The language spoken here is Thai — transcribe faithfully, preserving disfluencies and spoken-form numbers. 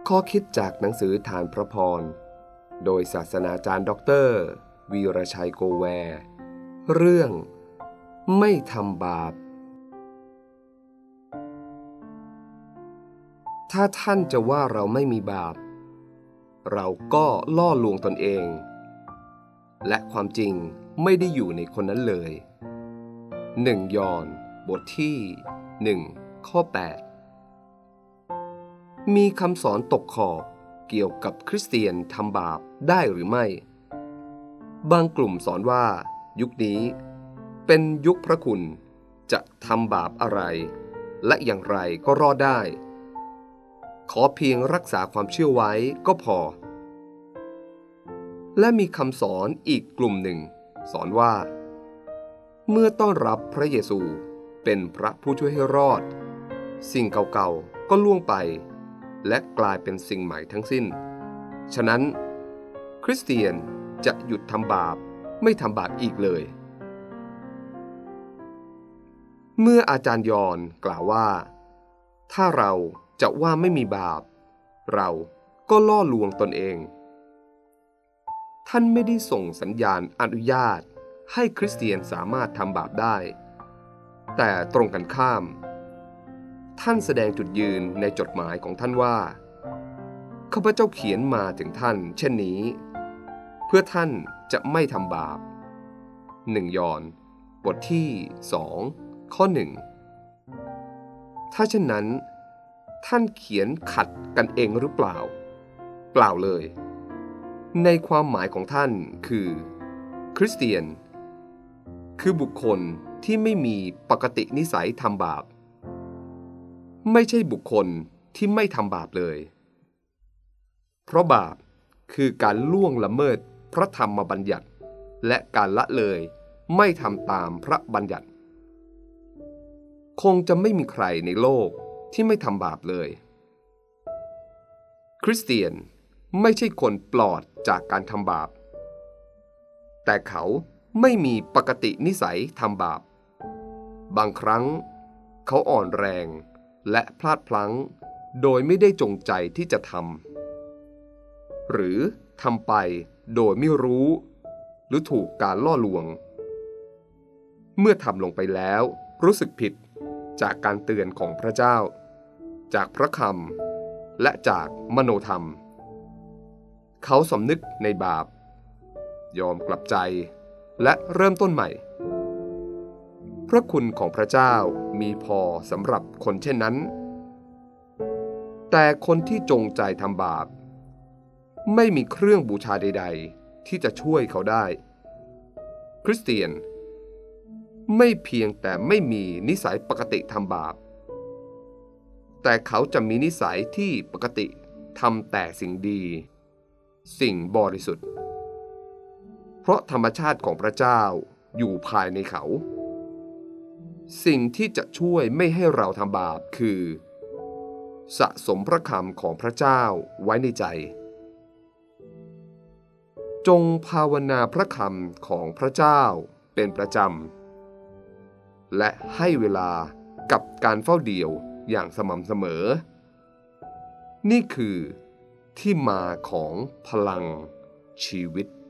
ข้อคิดจากหนังสือฐานพระพรโดยศาสนาจารย์ด็อกเตอร์วีรชัยโกแวร์เรื่องไม่ทำบาปถ้าท่านจะว่าเราไม่มีบาปเราก็ล่อลวงตนเองและความจริงไม่ได้อยู่ในคนนั้นเลยหนึ่งยอห์นบทที่หนึ่งข้อแปดมีคำสอนตกขอบเกี่ยวกับคริสเตียนทำบาปได้หรือไม่บางกลุ่มสอนว่ายุคนี้เป็นยุคพระคุณจะทำบาปอะไรและอย่างไรก็รอดได้ขอเพียงรักษาความเชื่อไว้ก็พอและมีคำสอนอีกกลุ่มหนึ่งสอนว่าเมื่อต้อนรับพระเยซูเป็นพระผู้ช่วยให้รอดสิ่งเก่าๆก็ล่วงไปและกลายเป็นสิ่งใหม่ทั้งสิ้นฉะนั้นคริสเตียนจะหยุดทำบาปไม่ทำบาปอีกเลยเมื่ออาจารย์ยอห์นกล่าวว่าถ้าเราจะว่าไม่มีบาปเราก็ล่อลวงตนเองท่านไม่ได้ส่งสัญญาณอนุญาตให้คริสเตียนสามารถทำบาปได้แต่ตรงกันข้ามท่านแสดงจุดยืนในจดหมายของท่านว่าข้าพเจ้าเขียนมาถึงท่านเช่นนี้เพื่อท่านจะไม่ทำบาปหนึ่งยอห์นบทที่สองข้อหนึ่งถ้าเช่นนั้นท่านเขียนขัดกันเองหรือเปล่าเปล่าเลยในความหมายของท่านคือคริสเตียนคือบุคคลที่ไม่มีปกตินิสัยทำบาปไม่ใช่บุคคลที่ไม่ทำบาปเลยเพราะบาปคือการล่วงละเมิดพระธรรมบัญญัติและการละเลยไม่ทำตามพระบัญญัติคงจะไม่มีใครในโลกที่ไม่ทำบาปเลยคริสเตียนไม่ใช่คนปลอดจากการทำบาปแต่เขาไม่มีปกตินิสัยทำบาปบางครั้งเขาอ่อนแรงและพลาดพลั้งโดยไม่ได้จงใจที่จะทำหรือทำไปโดยไม่รู้หรือถูกการล่อลวงเมื่อทำลงไปแล้วรู้สึกผิดจากการเตือนของพระเจ้าจากพระคำและจากมโนธรรมเขาสำนึกในบาปยอมกลับใจและเริ่มต้นใหม่พระคุณของพระเจ้ามีพอสำหรับคนเช่นนั้นแต่คนที่จงใจทำบาปไม่มีเครื่องบูชาใดๆที่จะช่วยเขาได้คริสเตียนไม่เพียงแต่ไม่มีนิสัยปกติทำบาปแต่เขาจะมีนิสัยที่ปกติทำแต่สิ่งดีสิ่งบริสุทธิ์เพราะธรรมชาติของพระเจ้าอยู่ภายในเขาสิ่งที่จะช่วยไม่ให้เราทำบาปคือสะสมพระคำของพระเจ้าไว้ในใจจงภาวนาพระคำของพระเจ้าเป็นประจำและให้เวลากับการเฝ้าเดี่ยวอย่างสม่ำเสมอนี่คือที่มาของพลังชีวิต